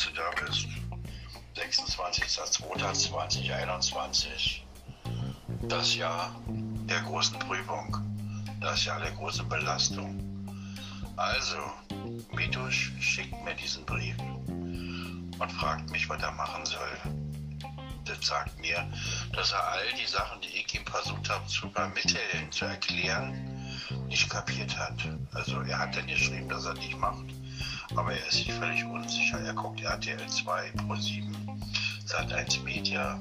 du da bist. 26.02.2021. Das Jahr der großen Prüfung. Das Jahr der großen Belastung. Also, Mitusch schickt mir diesen Brief und fragt mich, was er machen soll. Das sagt mir, dass er all die Sachen, die ich ihm versucht habe zu vermitteln, zu erklären, nicht kapiert hat. Also er hat dann geschrieben, dass er nicht macht, aber er ist sich völlig unsicher. Er guckt RTL 2, Pro7, Sat1 Media.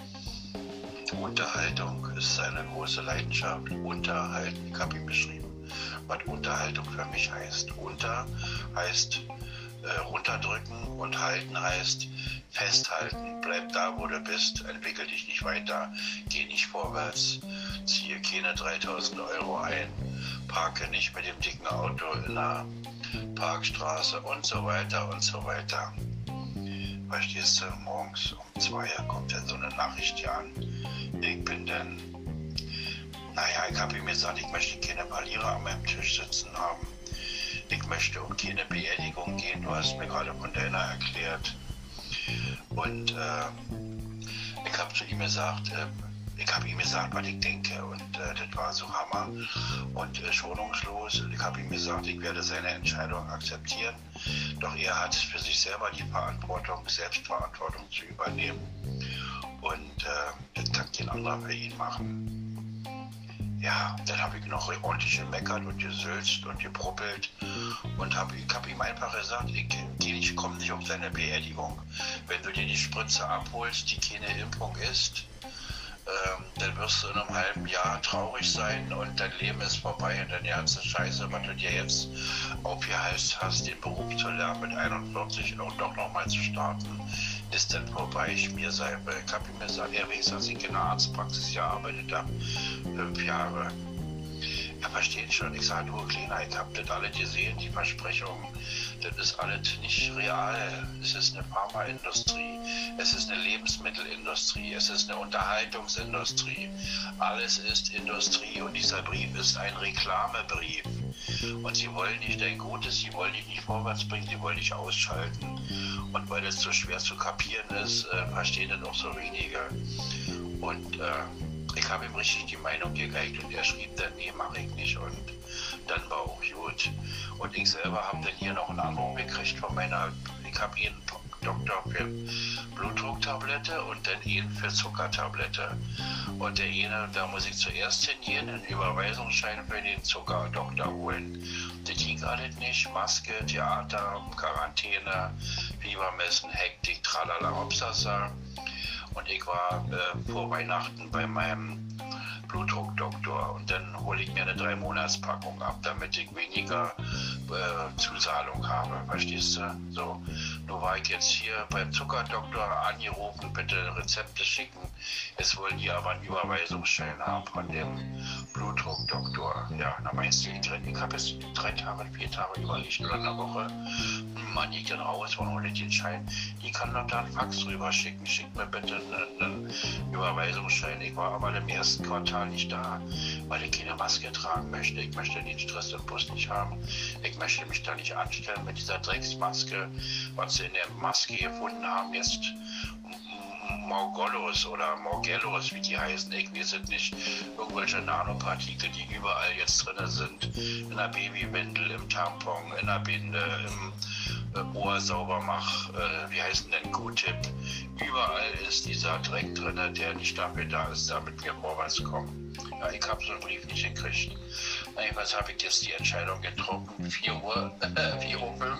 Unterhaltung ist seine große Leidenschaft. Unterhalten, ich habe ihm beschrieben, was Unterhaltung für mich heißt. Unter heißt runterdrücken und halten heißt festhalten. Bleib da, wo du bist, entwickel dich nicht weiter, geh nicht vorwärts, ziehe keine 3.000 € ein, parke nicht mit dem dicken Auto in der Parkstraße und so weiter und so weiter. Verstehst du, morgens um 2 kommt dann so eine Nachricht hier an. Ich bin dann, ich habe ihm gesagt, ich möchte keine Verlierer an meinem Tisch sitzen haben. Ich möchte um keine Beerdigung gehen, du hast mir gerade von deiner erklärt. Und ich habe zu ihm gesagt, was ich denke, und das war so Hammer und schonungslos. Ich habe ihm gesagt, ich werde seine Entscheidung akzeptieren, doch er hat für sich selber die Selbstverantwortung zu übernehmen, und das kann kein anderer für ihn machen. Ja, dann habe ich noch ordentlich gemeckert und gesülzt und gebrubbelt und ich habe ihm einfach gesagt, ich komme nicht auf seine Beerdigung. Wenn du dir die Spritze abholst, die keine Impfung ist, dann wirst du in einem halben Jahr traurig sein und dein Leben ist vorbei und deine ganze Scheiße, was du dir jetzt aufgehalst hast, den Beruf zu lernen mit 41 und doch nochmal zu starten, ist dann vorbei. Ich habe ihm gesagt, er weiß, dass ich in der Arztpraxis gearbeitet habe, 5 Jahre. Er versteht schon. Ich sage, du Kleiner, ich habe das alles gesehen, die Versprechungen. Das ist alles nicht real. Es ist eine Pharmaindustrie, es ist eine Lebensmittelindustrie, es ist eine Unterhaltungsindustrie. Alles ist Industrie und dieser Brief ist ein Reklamebrief. Und sie wollen nicht dein Gutes, sie wollen dich nicht vorwärts bringen, sie wollen dich ausschalten. Und weil es so schwer zu kapieren ist, verstehen dann auch so wenige. Und ich habe ihm richtig die Meinung gegeigt und er schrieb dann, nee, mache ich nicht, und dann war auch gut. Und ich selber habe dann hier noch einen Anruf gekriegt von ich habe hier einen Doktor für Blutdrucktablette und dann einen für Zuckertablette. Und der eine, da muss ich zuerst hingehen, einen Überweisungsschein für den Zuckerdoktor holen. Das ging alles nicht, Maske, Theater, Quarantäne, Fiebermessen, Hektik, tralala, hopsasa. Und ich war vor Weihnachten bei meinem Blutdruckdoktor und dann hole ich mir eine 3-Monats-Packung ab, damit ich weniger Zuzahlung habe, verstehst du? So, nur war ich jetzt hier beim Zuckerdoktor angerufen, bitte Rezepte schicken. Jetzt wollen die aber einen Überweisungsschein haben von dem Blutdruckdoktor. Ja, da meinst du, ich habe jetzt 3 Tage, 4 Tage überlegt oder eine Woche. Man geht dann raus und holt den Schein. Die kann doch da einen Fax drüber schicken. Schickt mir bitte einen Überweisungsschein. Ich war aber im ersten Quartal nicht da, weil ich keine Maske tragen möchte. Ich möchte den Stress im Bus nicht haben. Ich möchte mich da nicht anstellen mit dieser Drecksmaske, was sie in der Maske gefunden haben. Jetzt Morgellos, wie die heißen, ich weiß es nicht. Irgendwelche Nanopartikel, die überall jetzt drin sind. In der Babywindel, im Tampon, in der Binde, im Ohr sauber mach, wie heißt denn Q-Tip? Überall ist dieser Dreck drin, der nicht dafür da ist, damit wir vorwärts kommen. Ja, ich habe so einen Brief nicht gekriegt. Was habe ich jetzt die Entscheidung getroffen? 4 Uhr, 4:05 Uhr.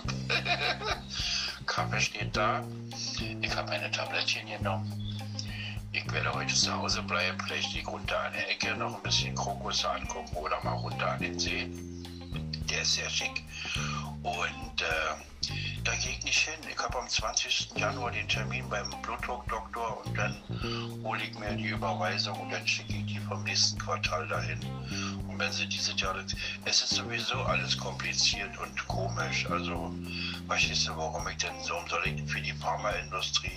Kaffee steht da. Ich habe eine Tablettchen genommen. Ich werde heute zu Hause bleiben, vielleicht die runter an der Ecke noch ein bisschen Krokusse angucken oder mal runter an den See. Der ist sehr schick. Und da gehe ich nicht hin. Ich habe am 20. Januar den Termin beim Blutdruckdoktor und dann hole ich mir die Überweisung und dann schicke ich die vom nächsten Quartal dahin. Und wenn sie dieses Jahr, es ist sowieso alles kompliziert und komisch. Also, verstehst du, warum ich denn, so soll ich für die Pharmaindustrie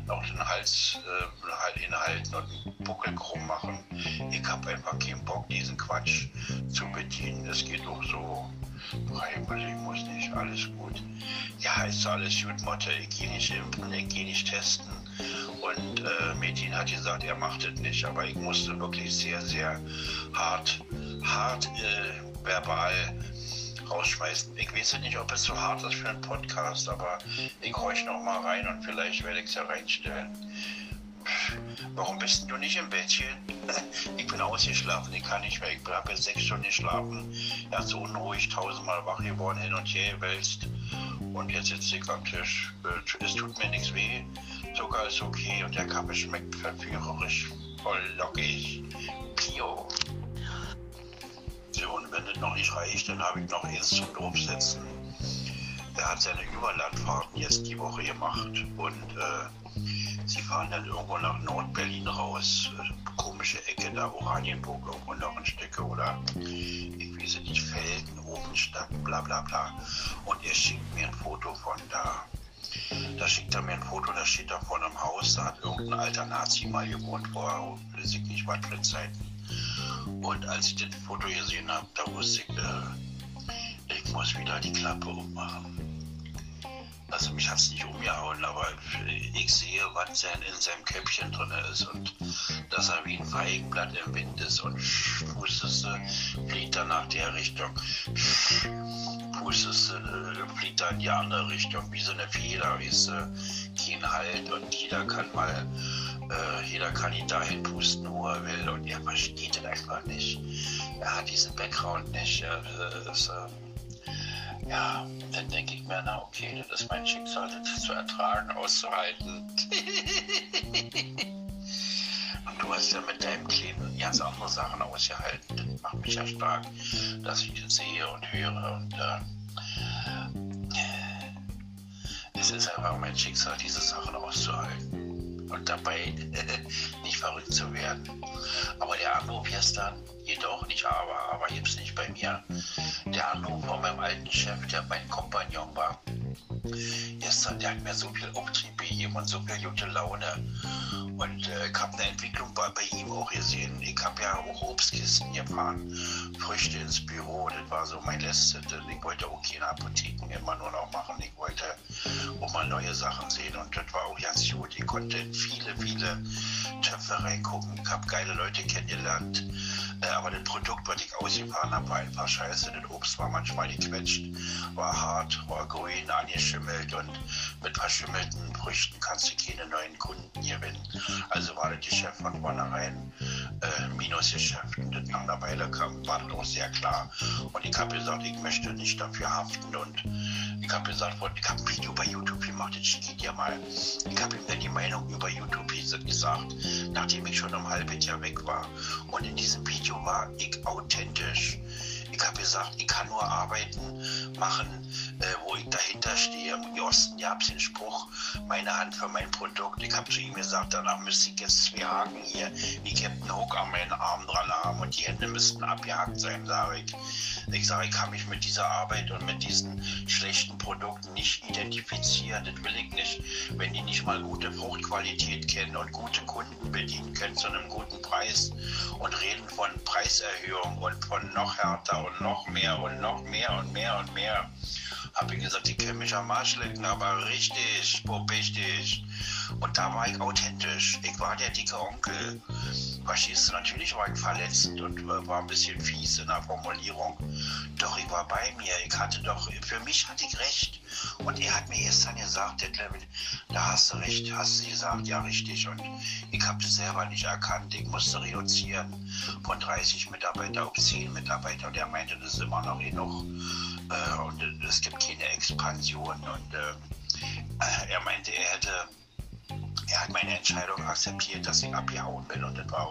noch den Hals hinhalten und den Buckel krumm machen. Ich habe einfach keinen Bock, diesen Quatsch zu bedienen. Es geht doch so. Ich muss nicht, alles gut. Ja, ist alles gut, Motte. Ich gehe nicht impfen, ich gehe nicht testen. Und Metin hat gesagt, er macht es nicht. Aber ich musste wirklich sehr, sehr hart verbal rausschmeißen. Ich weiß nicht, ob es so hart ist für einen Podcast, aber ich horch noch mal rein und vielleicht werde ich es ja reinstellen. Warum bist denn du nicht im Bettchen? Ich bin ausgeschlafen, ich kann nicht mehr. Ich habe jetzt 6 Stunden geschlafen. Er ist so unruhig, 1000-mal wach geworden, hin und her gewälzt. Und jetzt sitze ich am Tisch. Es tut mir nichts weh. Zucker ist okay und der Kaffee schmeckt verführerisch, voll lockig. Bio. So, und wenn das noch nicht reicht, dann habe ich noch eins zum Draufsetzen. Er hat seine Überlandfahrten jetzt die Woche gemacht und sie fahren dann irgendwo nach Nordberlin raus. Komische Ecke da, Oranienburg, irgendwo noch ein Stück oder ich weiß nicht, Felden, Obenstadt, bla bla bla. Und er schickt mir ein Foto von da. Da schickt er mir ein Foto, da steht da vor einem Haus, da hat irgendein alter Nazi mal gewohnt vor, weiß ich nicht, was für Zeiten. Und als ich das Foto gesehen habe, da wusste ich muss wieder die Klappe ummachen. Also mich hat es nicht umgehauen, aber ich sehe, was in seinem Köpfchen drin ist und dass er wie ein Feigenblatt im Wind ist und pusteste, fliegt dann nach der Richtung, pusteste, fliegt dann in die andere Richtung, wie so eine Feder, weißt du, kein Halt und jeder kann ihn dahin pusten, wo er will und er versteht es einfach nicht. Er hat diesen Background nicht. Ja, dann denke ich mir, na okay, das ist mein Schicksal, das zu ertragen, auszuhalten. Und du hast ja mit deinem Kleinen ganz andere Sachen ausgehalten. Das macht mich ja stark, dass ich das sehe und höre. Und es ist einfach mein Schicksal, diese Sachen auszuhalten. Und dabei nicht verrückt zu werden. Aber der Anruf gestern, jedoch nicht aber jetzt nicht bei mir. Der Anruf von meinem alten Chef, der mein Kompagnon war. Gestern, der hat mir so viel Auftrieb gegeben und so viel gute Laune. Und ich habe eine Entwicklung bei ihm auch gesehen. Ich habe ja auch Obstkisten gefahren, Früchte ins Büro. Das war so mein letztes. Ich wollte auch keine Apotheken immer nur noch machen. Ich wollte auch mal neue Sachen sehen und das war auch ganz gut. Ich konnte in viele, viele Töpfe reingucken. Ich habe geile Leute kennengelernt. Aber das Produkt, was ich ausgefahren habe, war einfach scheiße. Das Obst war manchmal gequetscht, war hart, war grün, angeschimmelt und mit verschimmelten Früchten kannst du keine neuen Kunden gewinnen. Also war das Geschäft von vornherein Minusgeschäft. Und das nach einer Weile war das auch sehr klar. Und ich habe gesagt, ich möchte nicht dafür haften. Und ich habe gesagt, ich habe ein Video bei YouTube gemacht, das geht ja mal. Ich habe ihm dann die Meinung über YouTube gesagt, nachdem ich schon um halbes Jahr weg war. Und in diesem Video war ich authentisch. Ich habe gesagt, ich kann nur arbeiten, machen, wo ich dahinter stehe. Im Osten gab es den Spruch, meine Hand für mein Produkt. Ich habe zu ihm gesagt, danach müsste ich jetzt 2 Haken hier, wie Captain Hook an meinen Arm dran haben und die Hände müssten abgehakt sein, sage ich. Ich sage, ich kann mich mit dieser Arbeit und mit diesen schlechten Produkten nicht identifizieren. Das will ich nicht, wenn die nicht mal gute Fruchtqualität kennen und gute Kunden bedienen können zu einem guten Preis und reden von Preiserhöhung und von noch härter und noch mehr und noch mehr und mehr und mehr. Habe ich gesagt, die können mich am Arsch lecken, aber richtig, richtig. Und da war ich authentisch. Ich war der dicke Onkel. Verstehst du, natürlich war ich verletzend und war ein bisschen fies in der Formulierung. Doch ich war bei mir. Für mich hatte ich recht. Und er hat mir gestern gesagt, Detlef, da hast du recht, hast du gesagt, ja richtig. Und ich habe das selber nicht erkannt. Ich musste reduzieren von 30 Mitarbeiter auf 10 Mitarbeiter. Und er meinte, das ist immer noch genug. Und es gibt keine Expansion. Und er meinte, er hat meine Entscheidung akzeptiert, dass ich abgehauen bin. Und das war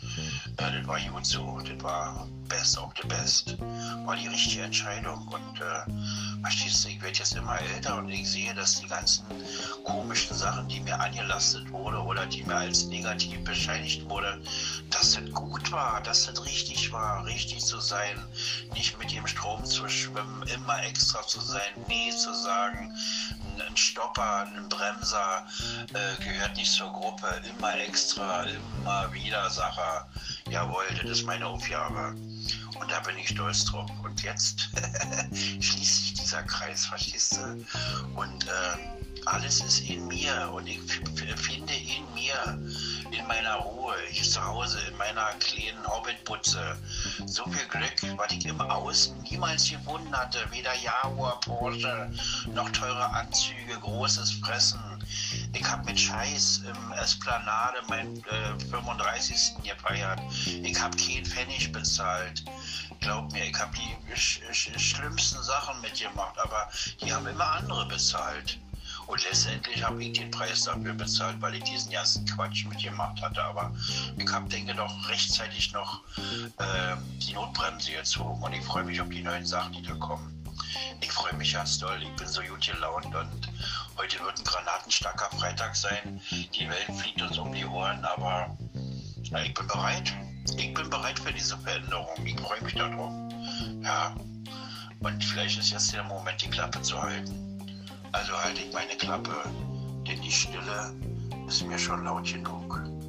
gut so. Das war best of the best. War die richtige Entscheidung. Und verstehst du, ich werde jetzt immer älter und ich sehe, dass die ganzen komischen Sachen, die mir angelastet wurde oder die mir als negativ bescheinigt wurde, dass das gut war, dass das richtig war, richtig zu sein, nicht mit dem Strom zu schwimmen, immer extra zu sein, nie zu sagen, ein Stopper, ein Bremser gehört nicht zur Gruppe. Immer extra, immer Widersacher. Jawohl, das ist meine Aufgabe. Und da bin ich stolz drauf. Und jetzt schließt sich dieser Kreis, verstehst du? Und alles ist in mir und ich finde in mir, in meiner Ruhe, hier zu Hause, in meiner kleinen Hobbitbutze, so viel Glück, was ich im Außen niemals gefunden hatte. Weder Jaguar, Porsche, noch teure Anzüge, großes Fressen. Ich habe mit Scheiß im Esplanade meinen 35. gefeiert. Ich habe keinen Pfennig bezahlt. Glaub mir, ich habe die schlimmsten Sachen mitgemacht, aber die haben immer andere bezahlt. Und letztendlich habe ich den Preis dafür bezahlt, weil ich diesen ganzen Quatsch mitgemacht hatte. Aber ich habe, denke doch, rechtzeitig noch die Notbremse gezogen. Und ich freue mich auf die neuen Sachen, die da kommen. Ich freue mich ganz doll. Ich bin so gut gelaunt und heute wird ein granatenstarker Freitag sein. Die Welt fliegt uns um die Ohren, aber ja, ich bin bereit. Ich bin bereit für diese Veränderung. Ich freue mich darauf. Ja, und vielleicht ist jetzt der Moment, die Klappe zu halten. Also halte ich meine Klappe, denn die Stille ist mir schon laut genug.